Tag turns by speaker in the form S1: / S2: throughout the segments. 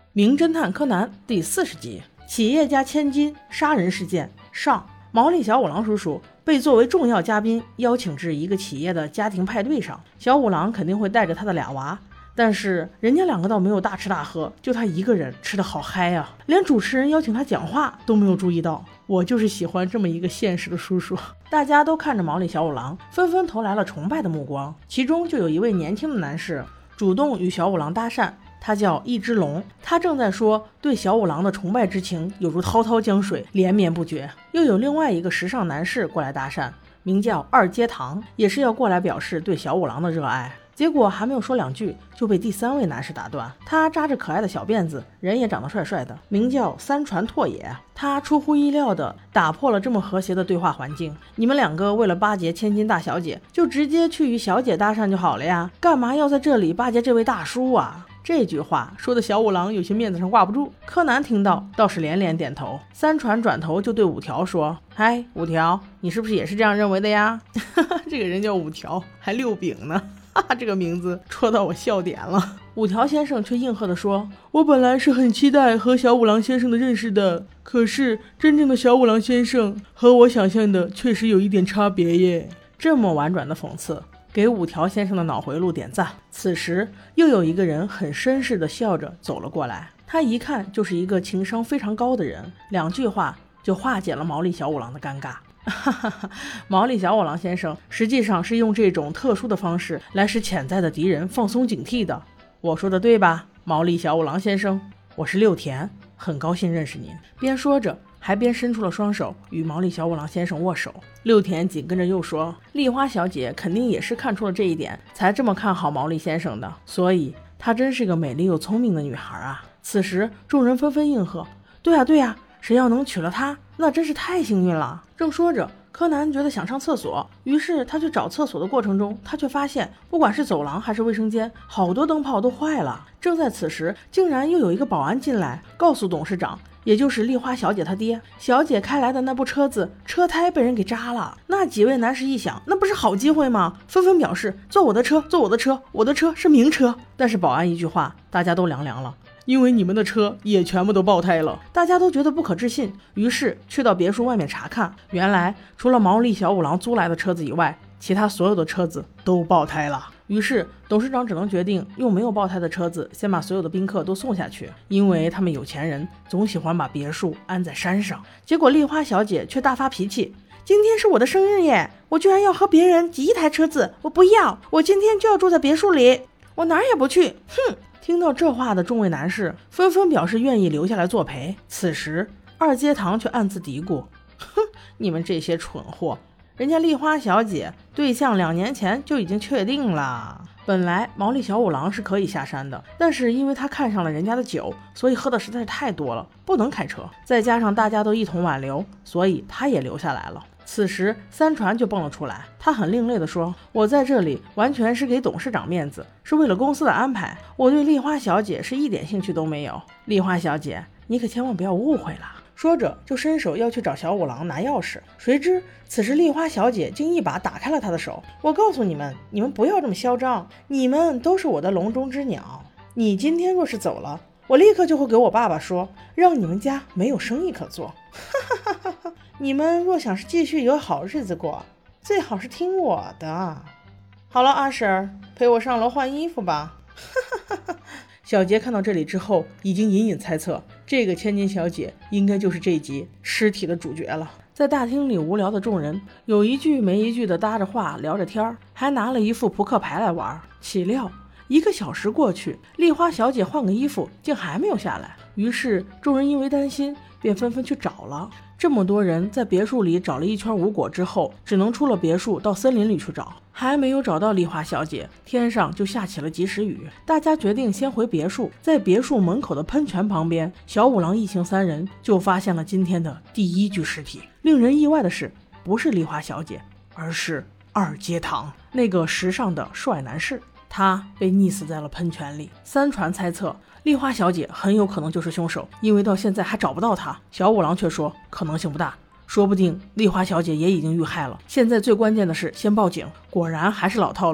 S1: 名侦探柯南第40集，企业家千金杀人事件上。毛利小五郎叔叔被作为重要嘉宾邀请至一个企业的家庭派对上，小五郎肯定会带着他的俩娃，但是人家两个倒没有大吃大喝，就他一个人吃得好嗨啊，连主持人邀请他讲话都没有注意到。我就是喜欢这么一个现实的叔叔。大家都看着毛利小五郎，纷纷投来了崇拜的目光，其中就有一位年轻的男士主动与小五郎搭讪，他叫一只龙，他正在说对小五郎的崇拜之情有如滔滔江水，连绵不绝。又有另外一个时尚男士过来搭讪，名叫二阶堂，也是要过来表示对小五郎的热爱。结果还没有说两句就被第三位男士打断，他扎着可爱的小辫子，人也长得帅帅的，名叫三船拓也。他出乎意料地打破了这么和谐的对话环境，你们两个为了巴结千金大小姐，就直接去与小姐搭讪就好了呀，干嘛要在这里巴结这位大叔啊？这句话说的小五郎有些面子上挂不住。柯南听到倒是连连点头。三船转头就对五条说，嗨，五条，你是不是也是这样认为的呀？这个人叫五条，还六饼呢，这个名字戳到我笑点了。五条先生却应和地说，我本来是很期待和小五郎先生的认识的，可是真正的小五郎先生和我想象的确实有一点差别耶。这么婉转的讽刺给五条先生的脑回路点赞。此时又有一个人很绅士地笑着走了过来，他一看就是一个情商非常高的人，两句话就化解了毛利小五郎的尴尬。毛利小五郎先生实际上是用这种特殊的方式来使潜在的敌人放松警惕的。我说的对吧，毛利小五郎先生？我是六田，很高兴认识您。边说着还边伸出了双手与毛利小五郎先生握手。六田紧跟着又说，丽花小姐肯定也是看出了这一点，才这么看好毛利先生的，所以她真是个美丽又聪明的女孩啊。此时众人纷纷应和，对啊对啊，谁要能娶了她，那真是太幸运了。正说着，柯南觉得想上厕所，于是他去找厕所的过程中，他却发现不管是走廊还是卫生间，好多灯泡都坏了。正在此时，竟然又有一个保安进来告诉董事长，也就是丽花小姐她爹，小姐开来的那部车子车胎被人给扎了。那几位男士一想，那不是好机会吗？纷纷表示坐我的车，坐我的车，我的车是名车。但是保安一句话，大家都凉凉了，因为你们的车也全部都爆胎了。大家都觉得不可置信，于是去到别墅外面查看，原来除了毛利小五郎租来的车子以外，其他所有的车子都爆胎了。于是董事长只能决定用没有爆胎的车子先把所有的宾客都送下去，因为他们有钱人总喜欢把别墅安在山上。结果丽花小姐却大发脾气，今天是我的生日耶，我居然要和别人挤一台车子，我不要，我今天就要住在别墅里，我哪儿也不去，哼。听到这话的众位男士纷纷表示愿意留下来作陪。此时二阶堂却暗自嘀咕，哼，你们这些蠢货，人家丽花小姐对象2年前就已经确定了。本来毛利小五郎是可以下山的，但是因为他看上了人家的酒，所以喝的实在是太多了，不能开车，再加上大家都一同挽留，所以他也留下来了。此时三船就蹦了出来，他很另类地说，我在这里完全是给董事长面子，是为了公司的安排，我对丽花小姐是一点兴趣都没有。丽花小姐，你可千万不要误会了。说着就伸手要去找小五郎拿钥匙，谁知此时丽花小姐竟一把打开了他的手。我告诉你们，你们不要这么嚣张，你们都是我的笼中之鸟，你今天若是走了，我立刻就会给我爸爸说，让你们家没有生意可做。你们若想是继续有好日子过，最好是听我的。好了，阿婶，陪我上楼换衣服吧。小杰看到这里之后，已经隐隐猜测，这个千金小姐应该就是这一集尸体的主角了。在大厅里无聊的众人，有一句没一句的搭着话聊着天，还拿了一副扑克牌来玩。岂料1个小时过去，丽花小姐换个衣服竟还没有下来，于是众人因为担心，便纷纷去找了。这么多人在别墅里找了一圈无果之后，只能出了别墅到森林里去找，还没有找到丽花小姐，天上就下起了及时雨。大家决定先回别墅，在别墅门口的喷泉旁边，小五郎一行3人就发现了今天的第1具尸体。令人意外的是，不是丽花小姐，而是二阶堂，那个时尚的帅男士，他被溺死在了喷泉里。三船猜测丽花小姐很有可能就是凶手，因为到现在还找不到她。小五郎却说可能性不大，说不定丽花小姐也已经遇害了，现在最关键的是先报警。果然还是老套路，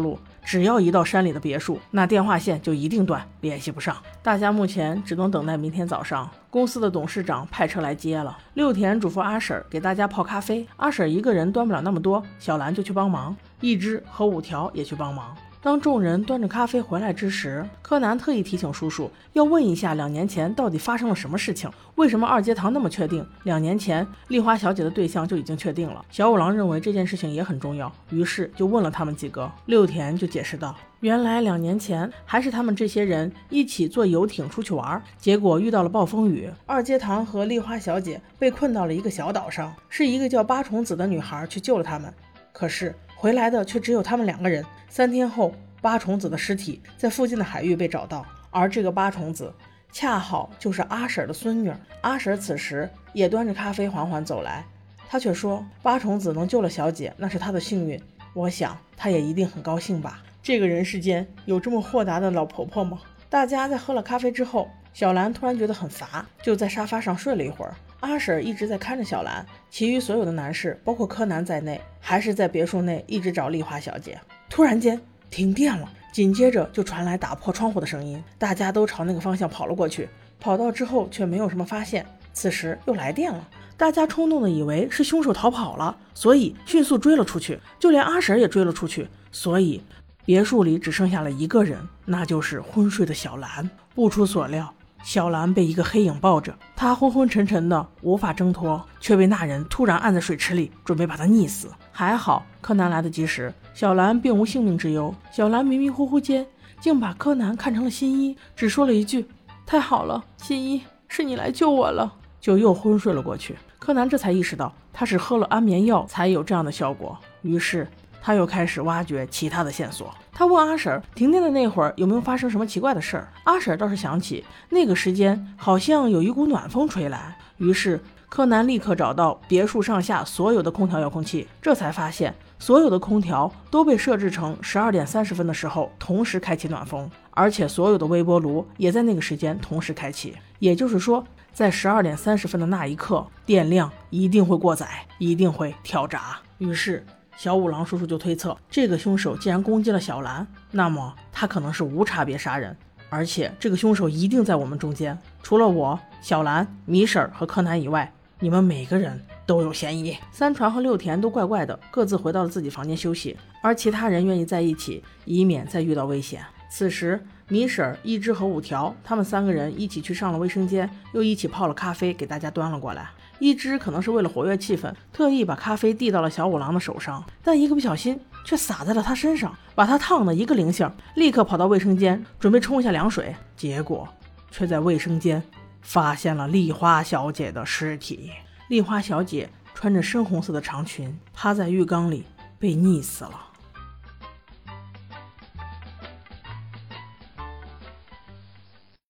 S1: 只要一到山里的别墅，那电话线就一定断，联系不上。大家目前只能等待明天早上，公司的董事长派车来接了。六田嘱咐阿婶给大家泡咖啡，阿婶一个人端不了那么多，小兰就去帮忙，一只和五条也去帮忙。当众人端着咖啡回来之时，柯南特意提醒叔叔要问一下2年前到底发生了什么事情，为什么二阶堂那么确定2年前丽花小姐的对象就已经确定了。小五郎认为这件事情也很重要，于是就问了他们几个。六田就解释道，原来2年前还是他们这些人一起坐游艇出去玩，结果遇到了暴风雨，二阶堂和丽花小姐被困到了一个小岛上，是一个叫八重子的女孩去救了他们，可是回来的却只有他们2个人。3天后，八重子的尸体在附近的海域被找到，而这个八重子恰好就是阿婶的孙女。阿婶此时也端着咖啡缓缓走来，她却说八重子能救了小姐，那是她的幸运，我想她也一定很高兴吧。这个人世间有这么豁达的老婆婆吗？大家在喝了咖啡之后，小兰突然觉得很乏，就在沙发上睡了一会儿。阿婶一直在看着小兰，其余所有的男士包括柯南在内，还是在别墅内一直找丽花小姐。突然间停电了，紧接着就传来打破窗户的声音，大家都朝那个方向跑了过去，跑到之后却没有什么发现。此时又来电了，大家冲动的以为是凶手逃跑了，所以迅速追了出去，就连阿婶也追了出去，所以别墅里只剩下了一个人，那就是昏睡的小兰。不出所料，小兰被一个黑影抱着，她昏昏沉沉的无法挣脱，却被那人突然按在水池里，准备把她溺死。还好柯南来得及时，小兰并无性命之忧。小兰迷迷糊糊间竟把柯南看成了新一，只说了一句太好了，新一，是你来救我了，就又昏睡了过去。柯南这才意识到他是喝了安眠药才有这样的效果，于是他又开始挖掘其他的线索。他问阿婶停电的那会儿有没有发生什么奇怪的事儿，阿婶倒是想起那个时间好像有一股暖风吹来，于是柯南立刻找到别墅上下所有的空调遥控器，这才发现所有的空调都被设置成12点30分的时候同时开启暖风，而且所有的微波炉也在那个时间同时开启，也就是说在12点30分的那一刻，电量一定会过载，一定会跳闸。于是小五郎叔叔就推测，这个凶手既然攻击了小兰，那么他可能是无差别杀人，而且这个凶手一定在我们中间，除了我、小兰、米婶和柯南以外，你们每个人都有嫌疑。三船和六田都怪怪的，各自回到了自己房间休息，而其他人愿意在一起，以免再遇到危险。此时米婶、一只和五条他们3个人一起去上了卫生间，又一起泡了咖啡给大家端了过来。一只可能是为了活跃气氛，特意把咖啡递到了小五郎的手上，但一个不小心却洒在了他身上，把他烫的一个灵性，立刻跑到卫生间准备冲一下凉水，结果却在卫生间发现了丽花小姐的尸体。丽花小姐穿着深红色的长裙，趴在浴缸里被溺死了。